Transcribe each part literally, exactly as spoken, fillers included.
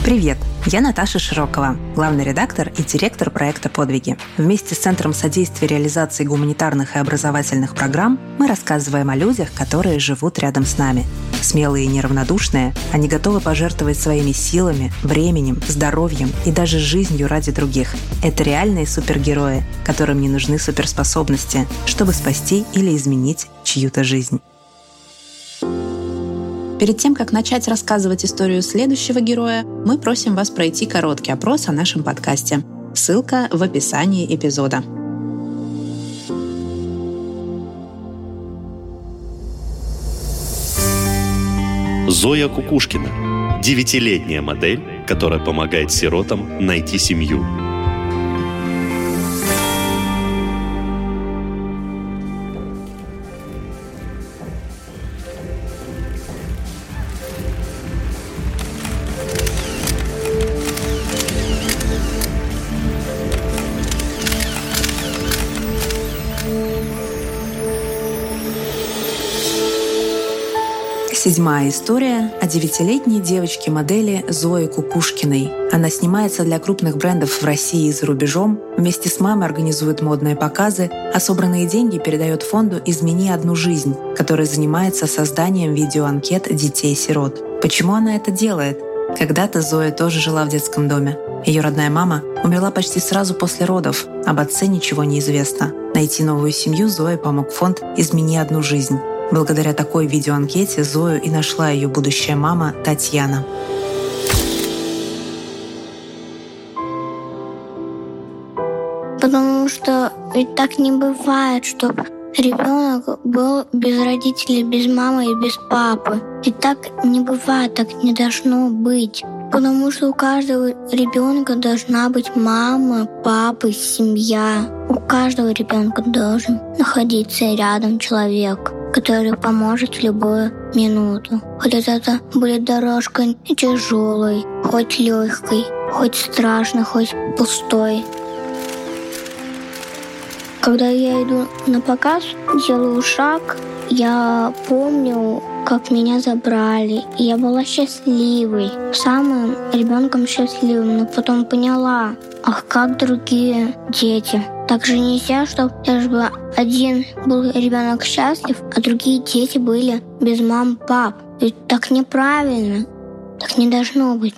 Привет! Я Наташа Широкова, главный редактор и директор проекта «Подвиги». Вместе с Центром содействия реализации гуманитарных и образовательных программ мы рассказываем о людях, которые живут рядом с нами. Смелые и неравнодушные, они готовы пожертвовать своими силами, временем, здоровьем и даже жизнью ради других. Это реальные супергерои, которым не нужны суперспособности, чтобы спасти или изменить чью-то жизнь. Перед тем, как начать рассказывать историю следующего героя, мы просим вас пройти короткий опрос о нашем подкасте. Ссылка в описании эпизода. Зоя Кукушкина – девятилетняя модель, которая помогает сиротам найти семью. Седьмая история о девятилетней девочке-модели Зое Кукушкиной. Она снимается для крупных брендов в России и за рубежом, вместе с мамой организует модные показы, а собранные деньги передает фонду «Измени одну жизнь», который занимается созданием видеоанкет детей-сирот. Почему она это делает? Когда-то Зоя тоже жила в детском доме. Ее родная мама умерла почти сразу после родов, об отце ничего не известно. Найти новую семью Зое помог фонд «Измени одну жизнь». Благодаря такой видеоанкете Зою и нашла ее будущая мама Татьяна. Потому что ведь так не бывает, чтобы ребенок был без родителей, без мамы и без папы. Ведь так не бывает, так не должно быть. Потому что у каждого ребенка должна быть мама, папа, семья. У каждого ребенка должен находиться рядом человек, который поможет в любую минуту. Хоть это будет дорожка не тяжелой, хоть легкой, хоть страшной, хоть пустой. Когда я иду на показ, делаю шаг, я помню, как меня забрали, и я была счастливой, самым ребенком счастливым, но потом поняла, ах, как другие дети. Так же нельзя, чтобы даже один был ребенок счастлив, а другие дети были без мам, пап. Ведь так неправильно, так не должно быть.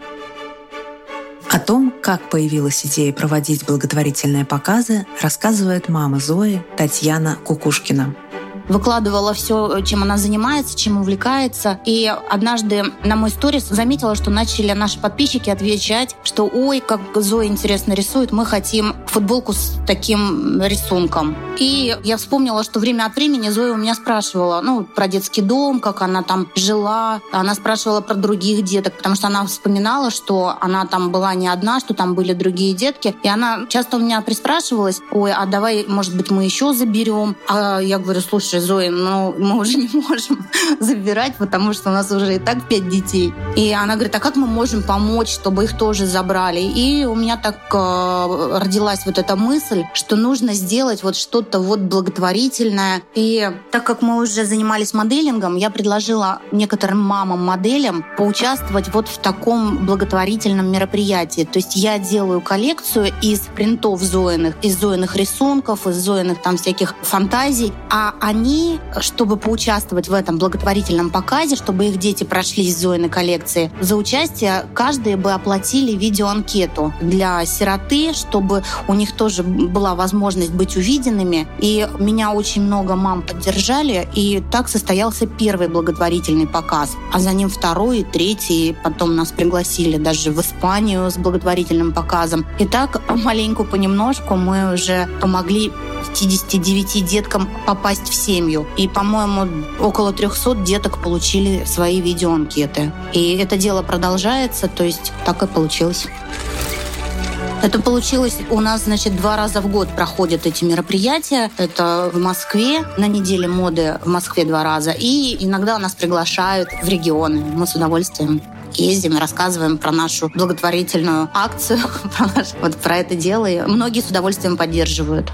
О том, как появилась идея проводить благотворительные показы, рассказывает мама Зои Татьяна Кукушкина. Выкладывала все, чем она занимается, чем увлекается. И однажды на мой сторис заметила, что начали наши подписчики отвечать, что ой, как Зоя интересно рисует, мы хотим футболку с таким рисунком. И я вспомнила, что время от времени Зоя у меня спрашивала, ну, про детский дом, как она там жила. Она спрашивала про других деток, потому что она вспоминала, что она там была не одна, что там были другие детки. И она часто у меня приспрашивалась, ой, а давай, может быть, мы еще заберем. А я говорю, слушай, Зоя, ну, мы уже не можем забирать, потому что у нас уже и так пять детей. И она говорит, а как мы можем помочь, чтобы их тоже забрали? И у меня так э, родилась вот эта мысль, что нужно сделать вот что-то вот благотворительное. И так как мы уже занимались моделингом, я предложила некоторым мамам-моделям поучаствовать вот в таком благотворительном мероприятии. То есть я делаю коллекцию из принтов Зоиных, из Зоиных рисунков, из Зоиных там всяких фантазий, а они Они, чтобы поучаствовать в этом благотворительном показе, чтобы их дети прошли из Зоиной коллекции, за участие каждые бы оплатили видеоанкету для сироты, чтобы у них тоже была возможность быть увиденными. И меня очень много мам поддержали, и так состоялся первый благотворительный показ. А за ним второй и третий, и потом нас пригласили даже в Испанию с благотворительным показом. И так помаленьку, понемножку мы уже помогли пятидесяти девяти деткам попасть в семью. И, по-моему, около трехсот деток получили свои видеоанкеты. И это дело продолжается, то есть так и получилось. Это получилось у нас, значит, два раза в год проходят эти мероприятия. Это в Москве, на неделе моды в Москве два раза. И иногда нас приглашают в регионы. Мы с удовольствием ездим и рассказываем про нашу благотворительную акцию, про, наш, вот, про это дело. И многие с удовольствием поддерживают.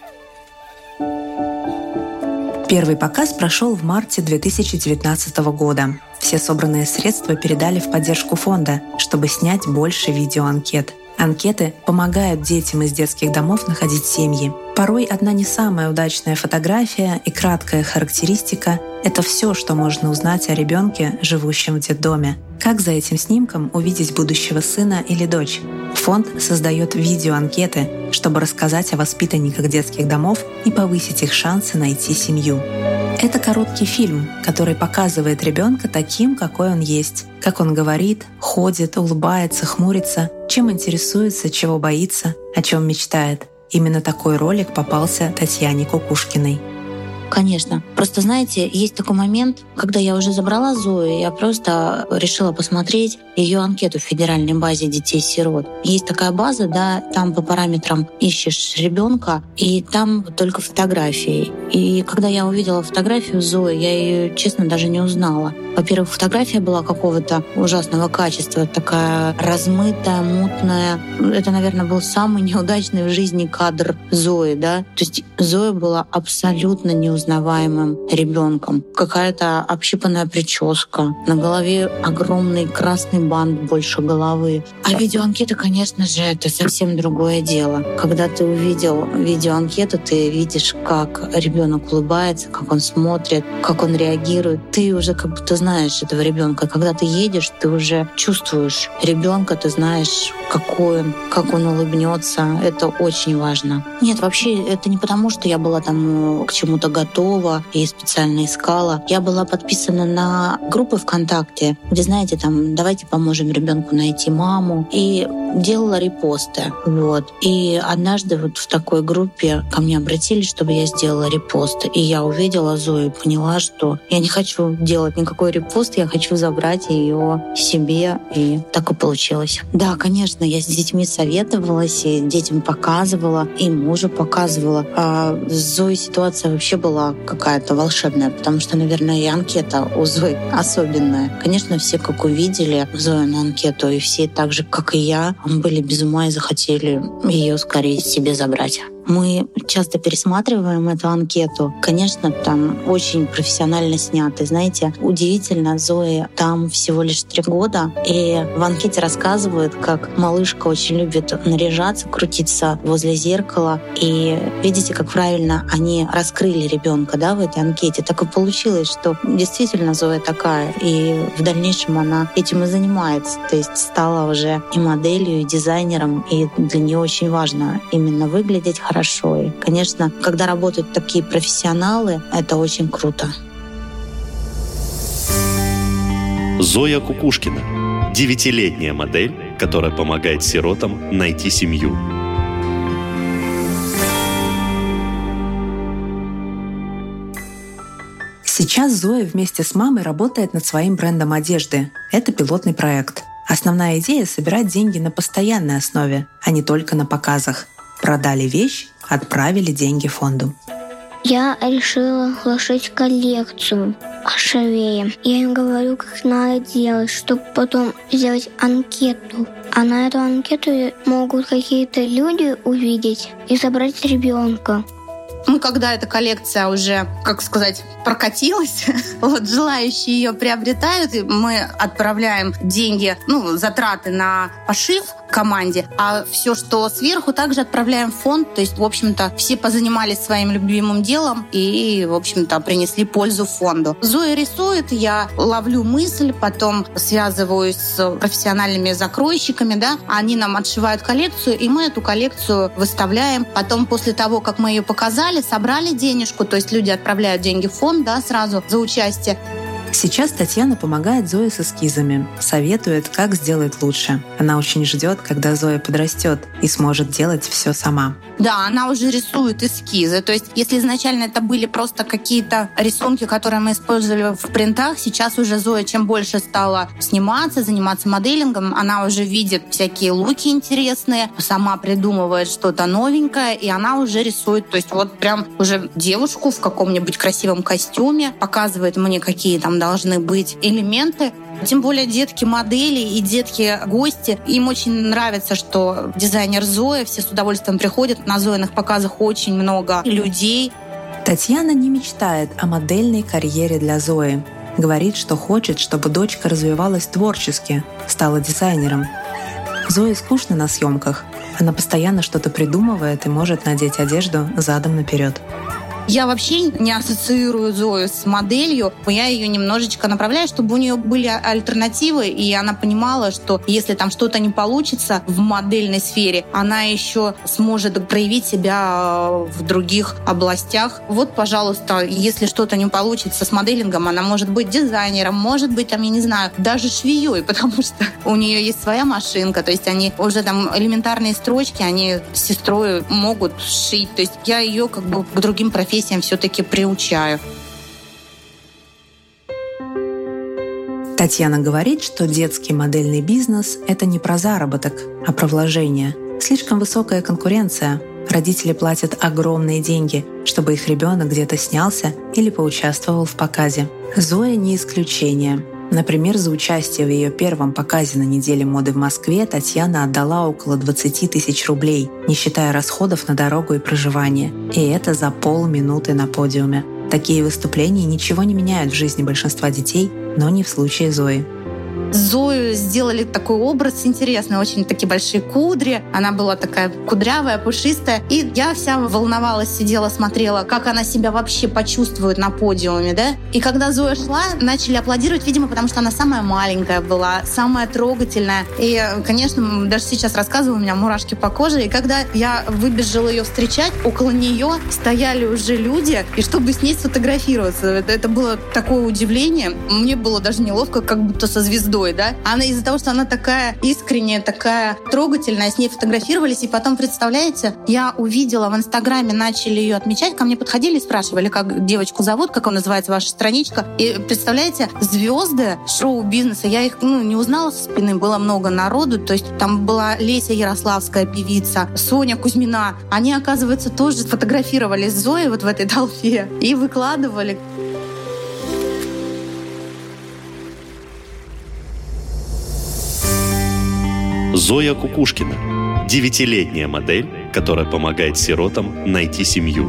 Первый показ прошел в марте две тысячи девятнадцатого года. Все собранные средства передали в поддержку фонда, чтобы снять больше видеоанкет. Анкеты помогают детям из детских домов находить семьи. Порой одна не самая удачная фотография и краткая характеристика — это все, что можно узнать о ребенке, живущем в детдоме. Как за этим снимком увидеть будущего сына или дочь? Фонд создает видеоанкеты, чтобы рассказать о воспитанниках детских домов и повысить их шансы найти семью. Это короткий фильм, который показывает ребенка таким, какой он есть, как он говорит, ходит, улыбается, хмурится, чем интересуется, чего боится, о чем мечтает. Именно такой ролик попался Татьяне Кукушкиной. Конечно. Просто, знаете, есть такой момент, когда я уже забрала Зою, я просто решила посмотреть ее анкету в федеральной базе детей-сирот. Есть такая база, да, там по параметрам ищешь ребенка, и там только фотографии. И когда я увидела фотографию Зои, я ее, честно, даже не узнала. Во-первых, фотография была какого-то ужасного качества, такая размытая, мутная. Это, наверное, был самый неудачный в жизни кадр Зои, да. То есть Зоя была абсолютно неузнаваемым ребенком. Какая-то общипанная прическа, на голове огромный красный бант больше головы. А видеоанкета, конечно же, это совсем другое дело. Когда ты увидел видеоанкету, ты видишь, как ребенок улыбается, как он смотрит, как он реагирует. Ты уже как будто знаешь этого ребенка. Когда ты едешь, ты уже чувствуешь ребенка, ты знаешь, какой он, как он улыбнется. Это очень важно. Нет, вообще это не потому, что я была там к чему-то готова и специально искала. Я была подписана на группы ВКонтакте, где, знаете, там давайте поможем ребенку найти маму, и делала репосты. Вот. И однажды вот в такой группе ко мне обратились, чтобы я сделала репост. И я увидела Зою и поняла, что я не хочу делать никакой репост, я хочу забрать ее себе. И так и получилось. Да, конечно, я с детьми советовалась, и детям показывала, и мужу показывала. А с Зоей ситуация вообще была какая-то волшебная, потому что, наверное, и анкета у Зои особенная. Конечно, все, как увидели Зою на анкету, и все так же, как и я, были без ума и захотели ее скорее себе забрать. Мы часто пересматриваем эту анкету. Конечно, там очень профессионально снято. Знаете, удивительно, Зои там всего лишь три года, и в анкете рассказывают, как малышка очень любит наряжаться, крутиться возле зеркала. И видите, как правильно они раскрыли ребенка, да, в этой анкете. Так и получилось, что действительно Зоя такая, и в дальнейшем она этим и занимается. То есть стала уже и моделью, и дизайнером, и для нее очень важно именно выглядеть хорошо. Хорошо. И, конечно, когда работают такие профессионалы, это очень круто. Зоя Кукушкина. Девятилетняя модель, которая помогает сиротам найти семью. Сейчас Зоя вместе с мамой работает над своим брендом одежды. Это пилотный проект. Основная идея — собирать деньги на постоянной основе, а не только на показах. Продали вещь, отправили деньги фонду. Я решила вложить коллекцию о швее. Я им говорю, как надо делать, чтобы потом сделать анкету. А на эту анкету могут какие-то люди увидеть и забрать ребенка. Ну, когда эта коллекция уже, как сказать, прокатилась, вот, желающие ее приобретают, и мы отправляем деньги, ну, затраты на пошив команде, а все, что сверху, также отправляем в фонд. То есть, в общем-то, все позанимались своим любимым делом и, в общем-то, принесли пользу фонду. Зоя рисует, я ловлю мысль, потом связываюсь с профессиональными закройщиками, да, они нам отшивают коллекцию, и мы эту коллекцию выставляем. Потом, после того, как мы ее показали, собрали денежку, то есть люди отправляют деньги в фонд, да, сразу за участие. Сейчас Татьяна помогает Зое с эскизами, советует, как сделать лучше. Она очень ждет, когда Зоя подрастет и сможет делать все сама. Да, она уже рисует эскизы. То есть, если изначально это были просто какие-то рисунки, которые мы использовали в принтах, сейчас уже Зоя, чем больше стала сниматься, заниматься моделингом, она уже видит всякие луки интересные, сама придумывает что-то новенькое, и она уже рисует. То есть, вот прям уже девушку в каком-нибудь красивом костюме показывает мне, какие там должны быть элементы. Тем более детки-модели и детки-гости. Им очень нравится, что дизайнер Зоя, все с удовольствием приходят. На Зоиных показах очень много людей. Татьяна не мечтает о модельной карьере для Зои. Говорит, что хочет, чтобы дочка развивалась творчески, стала дизайнером. Зое скучно на съемках. Она постоянно что-то придумывает и может надеть одежду задом наперед. Я вообще не ассоциирую Зою с моделью. Я ее немножечко направляю, чтобы у нее были альтернативы, и она понимала, что если там что-то не получится в модельной сфере, она еще сможет проявить себя в других областях. Вот, пожалуйста, если что-то не получится с моделингом, она может быть дизайнером, может быть, там, я не знаю, даже швеей, потому что у нее есть своя машинка, то есть они уже там элементарные строчки, они с сестрой могут шить. То есть я ее как бы к другим профессиям все-таки приучаю. Татьяна говорит, что детский модельный бизнес – это не про заработок, а про вложение. Слишком высокая конкуренция. Родители платят огромные деньги, чтобы их ребенок где-то снялся или поучаствовал в показе. Зоя не исключение. Например, за участие в ее первом показе на неделе моды в Москве Татьяна отдала около двадцать тысяч рублей, не считая расходов на дорогу и проживание. И это за полминуты на подиуме. Такие выступления ничего не меняют в жизни большинства детей, но не в случае Зои. Зою сделали такой образ интересный, очень такие большие кудри. Она была такая кудрявая, пушистая. И я вся волновалась, сидела, смотрела, как она себя вообще почувствует на подиуме, да? И когда Зоя шла, начали аплодировать, видимо, потому что она самая маленькая была, самая трогательная. И, конечно, даже сейчас рассказываю, у меня мурашки по коже. И когда я выбежала ее встречать, около нее стояли уже люди, и чтобы с ней сфотографироваться. Это, это было такое удивление. Мне было даже неловко, как будто со звездой. Да? Она из-за того, что она такая искренняя, такая трогательная, с ней фотографировались, и потом, представляете, я увидела в Инстаграме, начали ее отмечать, ко мне подходили и спрашивали, как девочку зовут, как он называется, ваша страничка. И представляете, звезды шоу-бизнеса, я их ну, не узнала со спины, было много народу, то есть там была Леся Ярославская, певица, Соня Кузьмина. Они, оказывается, тоже фотографировались с Зоей вот в этой толпе и выкладывали. Зоя Кукушкина – девятилетняя модель, которая помогает сиротам найти семью.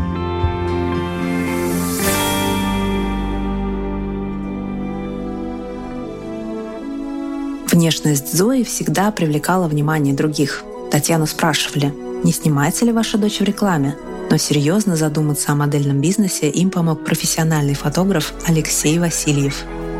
Внешность Зои всегда привлекала внимание других. Татьяну спрашивали, не снимается ли ваша дочь в рекламе? Но серьезно задуматься о модельном бизнесе им помог профессиональный фотограф Алексей Васильев.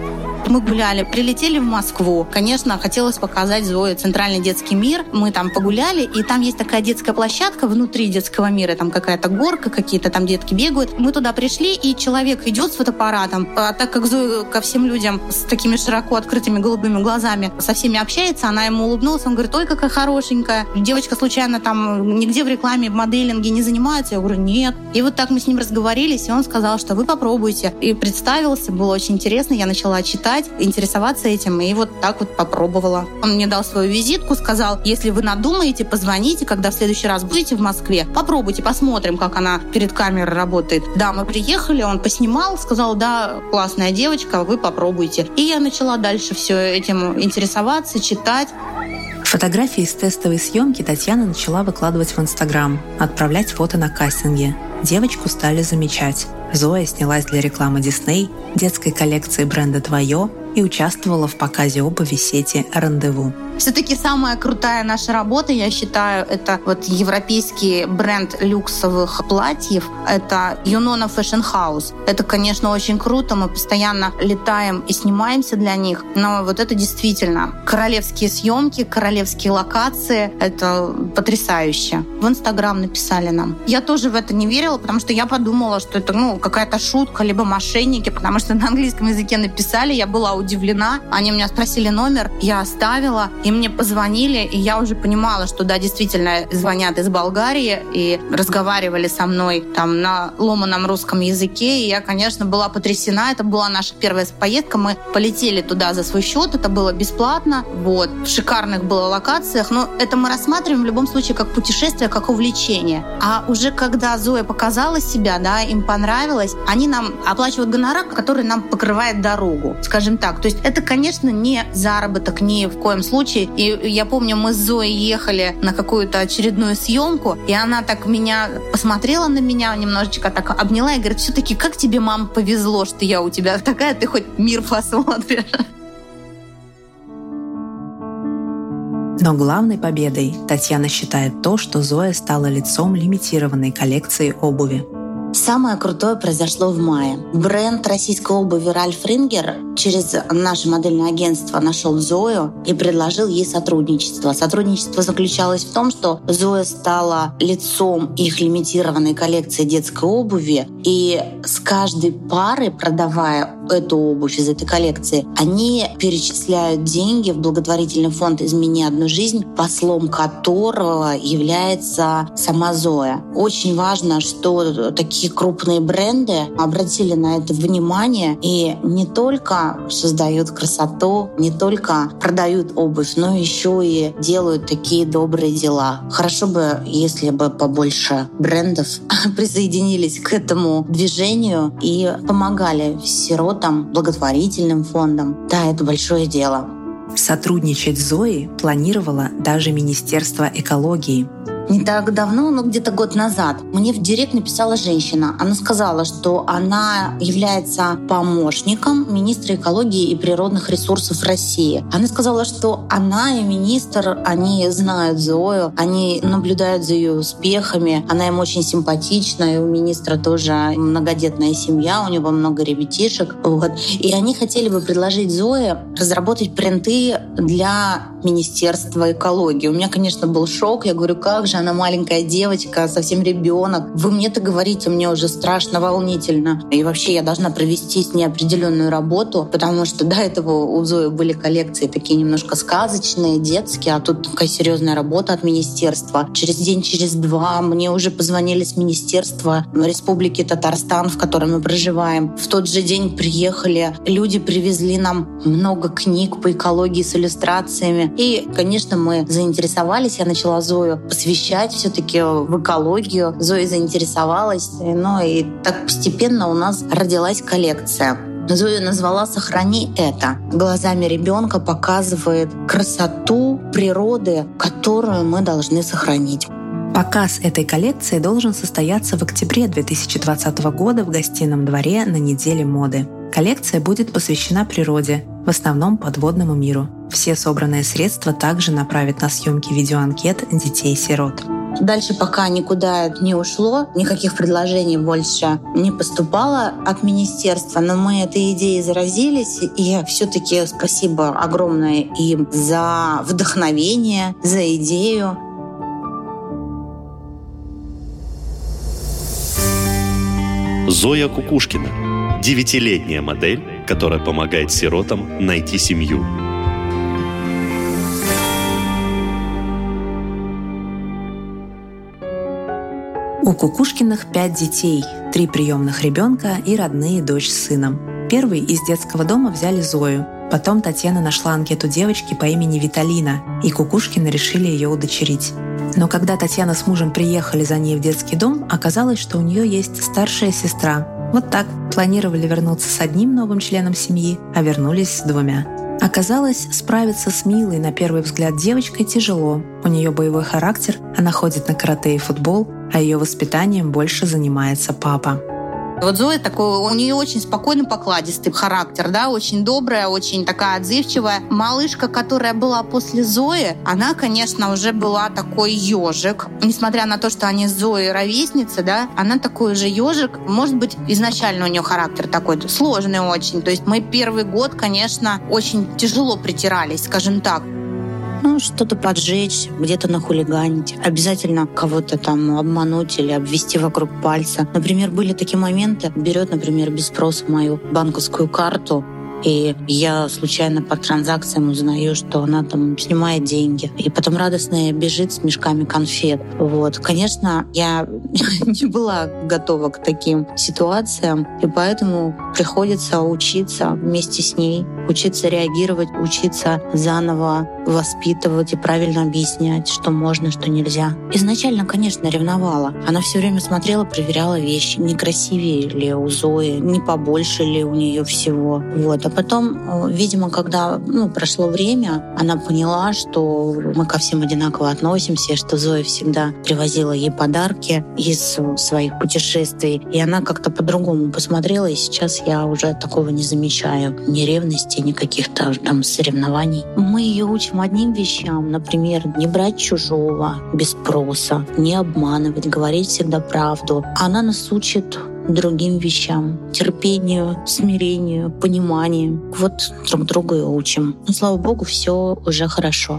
Мы гуляли, прилетели в Москву. Конечно, хотелось показать Зое Центральный детский мир. Мы там погуляли, и там есть такая детская площадка внутри детского мира. Там какая-то горка, какие-то там детки бегают. Мы туда пришли, и человек идет с фотоаппаратом. А так как Зоя ко всем людям с такими широко открытыми голубыми глазами со всеми общается, она ему улыбнулась. Он говорит, ой, какая хорошенькая. Девочка случайно там нигде в рекламе, в моделинге не занимается? Я говорю, нет. И вот так мы с ним разговорились, и он сказал, что вы попробуйте. И представился, было очень интересно. Я начала читать, интересоваться этим, и вот так вот попробовала. Он мне дал свою визитку, сказал, если вы надумаете, позвоните, когда в следующий раз будете в Москве, попробуйте, посмотрим, как она перед камерой работает. Да, мы приехали, он поснимал, сказал, да, классная девочка, вы попробуйте. И я начала дальше все этим интересоваться, читать. Фотографии из тестовой съемки Татьяна начала выкладывать в Инстаграм, отправлять фото на кастинги. Девочку стали замечать. Зоя снялась для рекламы Дисней, детской коллекции бренда «Твое» и участвовала в показе обуви сети «Рандеву». Все-таки самая крутая наша работа, я считаю, это вот европейский бренд люксовых платьев. Это Юнона Fashion House. Это, конечно, очень круто. Мы постоянно летаем и снимаемся для них. Но вот это действительно королевские съемки, королевские локации. Это потрясающе. В Инстаграм написали нам. Я тоже в это не верила, потому что я подумала, что это ну, какая-то шутка, либо мошенники, потому что на английском языке написали. Я была удивлена. Они меня спросили номер, я оставила. И мне позвонили, и я уже понимала, что да, действительно звонят из Болгарии и разговаривали со мной там на ломаном русском языке. И я, конечно, была потрясена. Это была наша первая поездка. Мы полетели туда за свой счет. Это было бесплатно. Вот. В шикарных было локациях. Но это мы рассматриваем в любом случае как путешествие, как увлечение. А уже когда Зоя показала себя, да, им понравилось, они нам оплачивают гонорар, который нам покрывает дорогу, скажем так. То есть это, конечно, не заработок, ни в коем случае. случай. И я помню, мы с Зоей ехали на какую-то очередную съемку, и она так меня посмотрела на меня, немножечко так обняла и говорит: все-таки как тебе, мам, повезло, что я у тебя такая, ты хоть мир посмотришь. Но главной победой Татьяна считает то, что Зоя стала лицом лимитированной коллекции обуви. Самое крутое произошло в мае. Бренд российской обуви Ральф Рингер через наше модельное агентство нашел Зою и предложил ей сотрудничество. Сотрудничество заключалось в том, что Зоя стала лицом их лимитированной коллекции детской обуви, и с каждой пары, продавая эту обувь из этой коллекции, они перечисляют деньги в благотворительный фонд «Измени одну жизнь», послом которого является сама Зоя. Очень важно, что такие крупные бренды обратили на это внимание и не только создают красоту, не только продают обувь, но еще и делают такие добрые дела. Хорошо бы, если бы побольше брендов присоединились к этому движению и помогали сиротам, благотворительным фондам. Да, это большое дело. Сотрудничать с Зоей планировало даже Министерство экологии. Не так давно, но где-то год назад, мне в директ написала женщина. Она сказала, что она является помощником министра экологии и природных ресурсов России. Она сказала, что она и министр, они знают Зою, они наблюдают за ее успехами, она им очень симпатична, и у министра тоже многодетная семья, у него много ребятишек. Вот. И они хотели бы предложить Зое разработать принты для Министерства экологии. У меня, конечно, был шок. Я говорю, как же она маленькая девочка, совсем ребенок. Вы мне-то говорите, мне уже страшно, волнительно. И вообще я должна провести с ней определенную работу, потому что до этого у Зои были коллекции такие немножко сказочные, детские, а тут такая серьезная работа от министерства. Через день, через два мне уже позвонили с министерства Республики Татарстан, в которой мы проживаем. В тот же день приехали люди, привезли нам много книг по экологии с иллюстрациями. И, конечно, мы заинтересовались. Я начала Зою посвящать все-таки в экологию. Зоя заинтересовалась. Ну и так постепенно у нас родилась коллекция. Зоя назвала «Сохрани это». Глазами ребенка показывает красоту природы, которую мы должны сохранить. Показ этой коллекции должен состояться в октябре две тысячи двадцатого года в Гостином дворе на неделе моды. Коллекция будет посвящена природе, в основном подводному миру. Все собранные средства также направят на съемки видеоанкет детей-сирот. Дальше пока никуда не ушло, никаких предложений больше не поступало от министерства, но мы этой идеей заразились, и все-таки спасибо огромное им за вдохновение, за идею. Зоя Кукушкина. Девятилетняя модель, которая помогает сиротам найти семью. У Кукушкиных пять детей, три приемных ребенка и родные дочь с сыном. Первый из детского дома взяли Зою. Потом Татьяна нашла анкету девочки по имени Виталина, и Кукушкины решили ее удочерить. Но когда Татьяна с мужем приехали за ней в детский дом, оказалось, что у нее есть старшая сестра. Вот так. Планировали вернуться с одним новым членом семьи, а вернулись с двумя. Оказалось, справиться с милой, на первый взгляд, девочкой тяжело. У нее боевой характер, она ходит на карате и футбол, а ее воспитанием больше занимается папа. Вот Зоя такой, у нее очень спокойный, покладистый характер, да, очень добрая, очень такая отзывчивая. Малышка, которая была после Зои, она, конечно, уже была такой ежик. Несмотря на то, что они с Зоей ровесницы, да, она такой же ежик. Может быть, изначально у нее характер такой сложный очень. То есть мы первый год, конечно, очень тяжело притирались, скажем так. Ну, что-то поджечь, где-то нахулиганить, обязательно кого-то там обмануть или обвести вокруг пальца. Например, были такие моменты, берет, например, без спроса мою банковскую карту, и я случайно по транзакциям узнаю, что она там снимает деньги. И потом радостная бежит с мешками конфет. Вот. Конечно, я не была готова к таким ситуациям, и поэтому приходится учиться вместе с ней, учиться реагировать, учиться заново воспитывать и правильно объяснять, что можно, что нельзя. Изначально, конечно, ревновала. Она все время смотрела, проверяла вещи, не красивее ли у Зои, не побольше ли у нее всего. Вот. А потом, видимо, когда ну, прошло время, она поняла, что мы ко всем одинаково относимся, что Зоя всегда привозила ей подарки из своих путешествий. И она как-то по-другому посмотрела, и сейчас я уже такого не замечаю. Ни ревности, ни каких-то там соревнований. Мы ее учим одним вещам, например, не брать чужого без спроса, не обманывать, говорить всегда правду. Она нас учит другим вещам, терпению, смирению, пониманию. Вот друг друга и учим. Но, слава богу, все уже хорошо.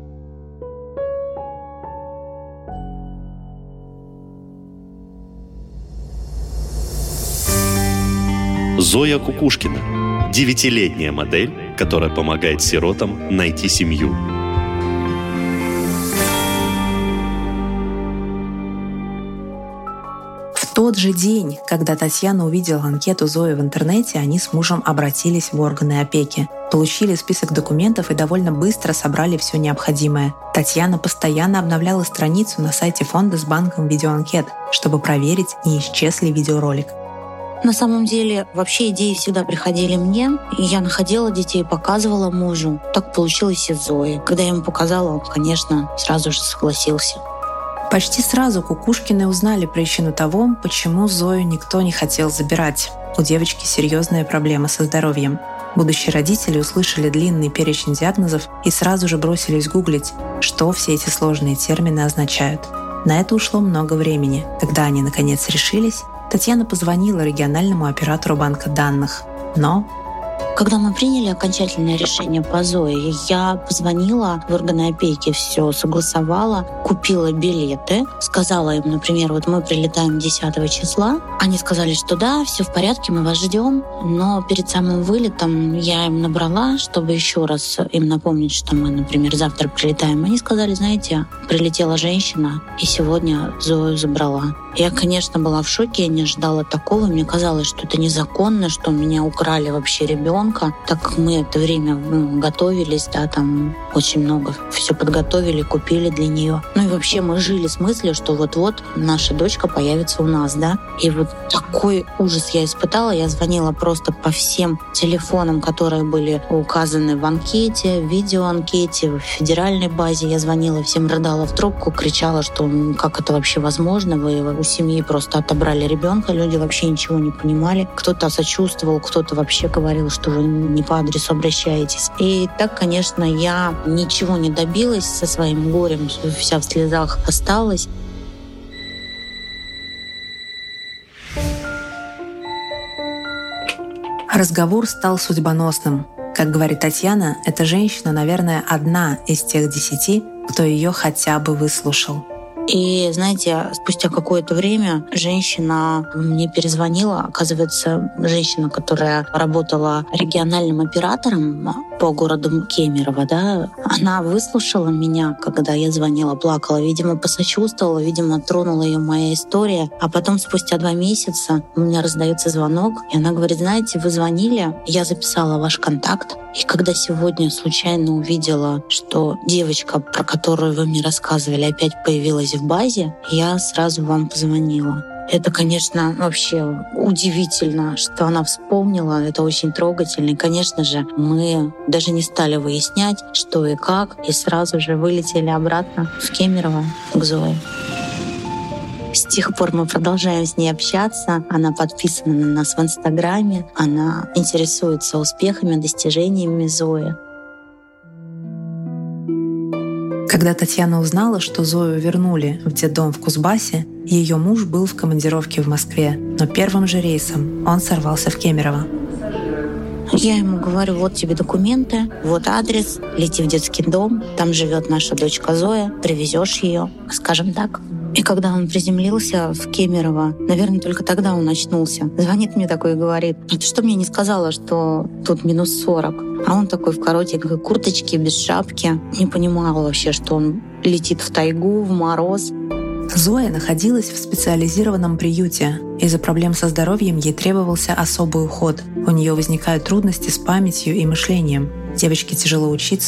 Зоя Кукушкина. Девятилетняя модель, которая помогает сиротам найти семью. В тот же день, когда Татьяна увидела анкету Зои в интернете, они с мужем обратились в органы опеки, получили список документов и довольно быстро собрали все необходимое. Татьяна постоянно обновляла страницу на сайте фонда с банком видеоанкет, чтобы проверить, не исчез ли видеоролик. На самом деле, вообще идеи всегда приходили мне, и я находила детей, показывала мужу. Так получилось и с Зоей. Когда я ему показала, он, конечно, сразу же согласился. Почти сразу Кукушкины узнали причину того, почему Зою никто не хотел забирать. У девочки серьезная проблема со здоровьем. Будущие родители услышали длинный перечень диагнозов и сразу же бросились гуглить, что все эти сложные термины означают. На это ушло много времени. Когда они наконец решились, Татьяна позвонила региональному оператору банка данных. Но когда мы приняли окончательное решение по Зое, я позвонила в органы опеки, все согласовала, купила билеты, сказала им, например, вот мы прилетаем десятого числа. Они сказали, что да, все в порядке, мы вас ждем. Но перед самым вылетом я им набрала, чтобы еще раз им напомнить, что мы, например, завтра прилетаем. Они сказали, знаете, прилетела женщина и сегодня Зою забрала. Я, конечно, была в шоке, я не ожидала такого. Мне казалось, что это незаконно, что у меня украли вообще ребенка. Так как мы это время ну, готовились, да, там очень много все подготовили, купили для нее. Ну и вообще мы жили с мыслью, что вот-вот наша дочка появится у нас, да. И вот такой ужас я испытала. Я звонила просто по всем телефонам, которые были указаны в анкете, в видеоанкете, в федеральной базе. Я звонила всем, рыдала в трубку, кричала, что как это вообще возможно, вы у семьи просто отобрали ребенка, люди вообще ничего не понимали. Кто-то сочувствовал, кто-то вообще говорил, что вы не по адресу обращаетесь. И так, конечно, я ничего не добилась со своим горем, вся в слезах осталась. Разговор стал судьбоносным. Как говорит Татьяна, эта женщина, наверное, одна из тех десяти, кто ее хотя бы выслушал. И, знаете, спустя какое-то время женщина мне перезвонила. Оказывается, женщина, которая работала региональным оператором по городу Кемерово, да, она выслушала меня, когда я звонила, плакала. Видимо, посочувствовала, видимо, тронула ее моя история. А потом, спустя два месяца, у меня раздается звонок, и она говорит, знаете, вы звонили, я записала ваш контакт. И когда сегодня случайно увидела, что девочка, про которую вы мне рассказывали, опять появилась в базе, я сразу вам позвонила. Это, конечно, вообще удивительно, что она вспомнила. Это очень трогательно. И, конечно же, мы даже не стали выяснять, что и как, и сразу же вылетели обратно в Кемерово к Зое. С тех пор мы продолжаем с ней общаться. Она подписана на нас в Инстаграме. Она интересуется успехами, достижениями Зои. Когда Татьяна узнала, что Зою вернули в детдом в Кузбассе, ее муж был в командировке в Москве, но первым же рейсом он сорвался в Кемерово. Я ему говорю, вот тебе документы, вот адрес, лети в детский дом, там живет наша дочка Зоя, привезешь ее, скажем так. И когда он приземлился в Кемерово, наверное, только тогда он очнулся. Звонит мне такой и говорит, а ты что мне не сказала, что тут минус сорок? А он такой в коротенькой курточке, без шапки. Не понимал вообще, что он летит в тайгу, в мороз. Зоя находилась в специализированном приюте. Из-за проблем со здоровьем ей требовался особый уход. У нее возникают трудности с памятью и мышлением. Девочке тяжело учиться.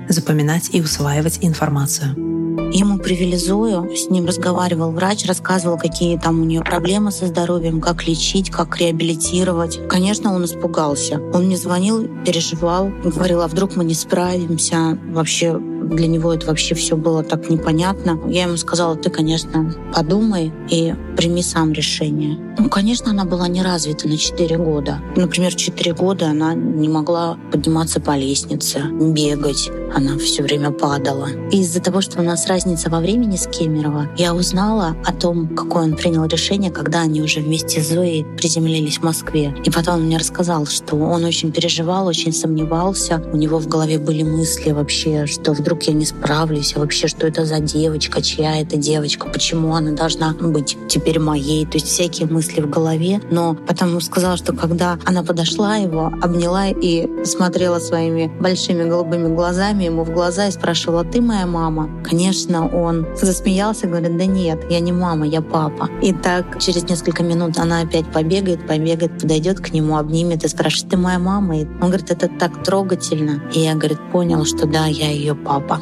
запоминать и усваивать информацию. Ему привели Зою, с ним разговаривал врач, рассказывал, какие там у нее проблемы со здоровьем, как лечить, как реабилитировать. Конечно, он испугался. Он мне звонил, переживал, говорил, а вдруг мы не справимся. Вообще для него это вообще все было так непонятно. Я ему сказала, ты, конечно, подумай и прими сам решение. Ну, конечно, она была не развита на четыре года. Например, четыре года она не могла подниматься по лестнице, бегать. Она все время падала. И из-за того, что у нас разница во времени с Кемерово, я узнала о том, какое он принял решение, когда они уже вместе с Зоей приземлились в Москве. И потом он мне рассказал, что он очень переживал, очень сомневался. У него в голове были мысли вообще, что вдруг я не справлюсь, а вообще, что это за девочка, чья это девочка, почему она должна быть теперь моей. То есть всякие мысли в голове. Но потом он сказал, что когда она подошла его, обняла и смотрела своими большими голубыми глазами ему в глаза и спрашивала, ты моя мама? Конечно, он засмеялся, говорит, да нет, я не мама, я папа. И так через несколько минут она опять побегает, побегает, подойдет к нему, обнимет и спрашивает, ты моя мама? И он говорит, это так трогательно. И я, говорит, понял, что да, я ее папа.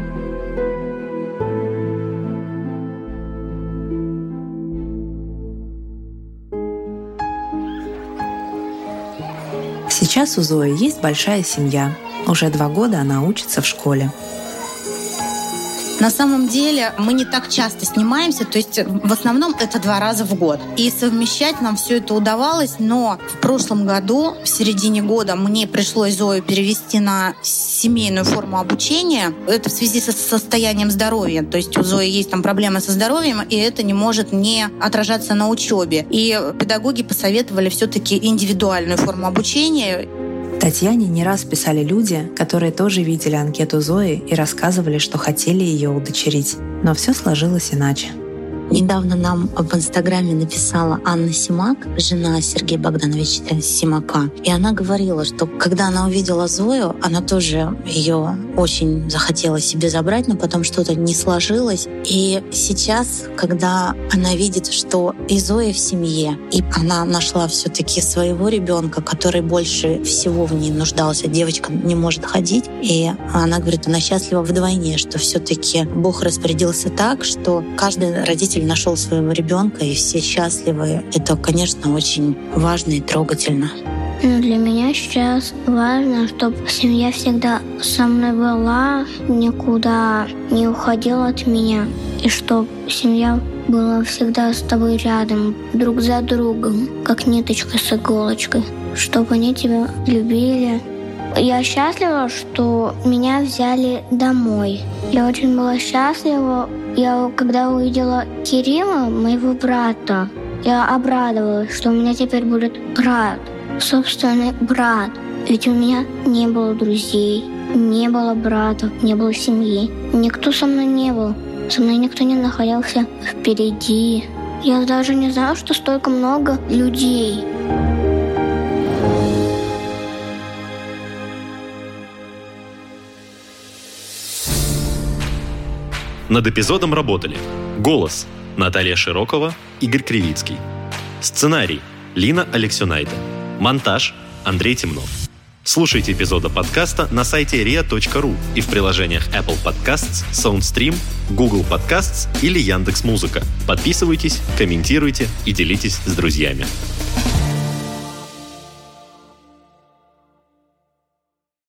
Сейчас у Зои есть большая семья. Уже два года она учится в школе. На самом деле мы не так часто снимаемся, то есть в основном это два раза в год. И совмещать нам все это удавалось, но в прошлом году, в середине года, мне пришлось Зою перевести на семейную форму обучения. Это в связи со состоянием здоровья. То есть у Зои есть там проблемы со здоровьем, и это не может не отражаться на учебе. И педагоги посоветовали все-таки индивидуальную форму обучения. Татьяне не раз писали люди, которые тоже видели анкету Зои и рассказывали, что хотели ее удочерить. Но все сложилось иначе. Недавно нам в Инстаграме написала Анна Симак, жена Сергея Богдановича Симака. И она говорила, что когда она увидела Зою, она тоже ее очень захотела себе забрать, но потом что-то не сложилось. И сейчас, когда она видит, что и Зоя в семье, и она нашла все-таки своего ребенка, который больше всего в ней нуждался, девочка не может ходить, и она говорит, она счастлива вдвойне, что все-таки Бог распорядился так, что каждый родитель нашел своего ребенка, и все счастливы. Это, конечно, очень важно и трогательно. Но для меня сейчас важно, чтобы семья всегда со мной была, никуда не уходила от меня, и чтобы семья была всегда с тобой рядом, друг за другом, как ниточка с иголочкой, чтобы они тебя любили. Я счастлива, что меня взяли домой. Я очень была счастлива. Я, когда увидела Кирилла, моего брата, я обрадовалась, что у меня теперь будет брат, собственный брат. Ведь у меня не было друзей, не было братов, не было семьи. Никто со мной не был. Со мной никто не находился впереди. Я даже не знала, что столько много людей. Над эпизодом работали голос – Наталья Широкова, Игорь Кривицкий. Сценарий – Лина Алексюнайте. Монтаж – Андрей Темнов. Слушайте эпизоды подкаста на сайте риа точка ру и в приложениях Apple Podcasts, SoundStream, Google Podcasts или Яндекс.Музыка. Подписывайтесь, комментируйте и делитесь с друзьями.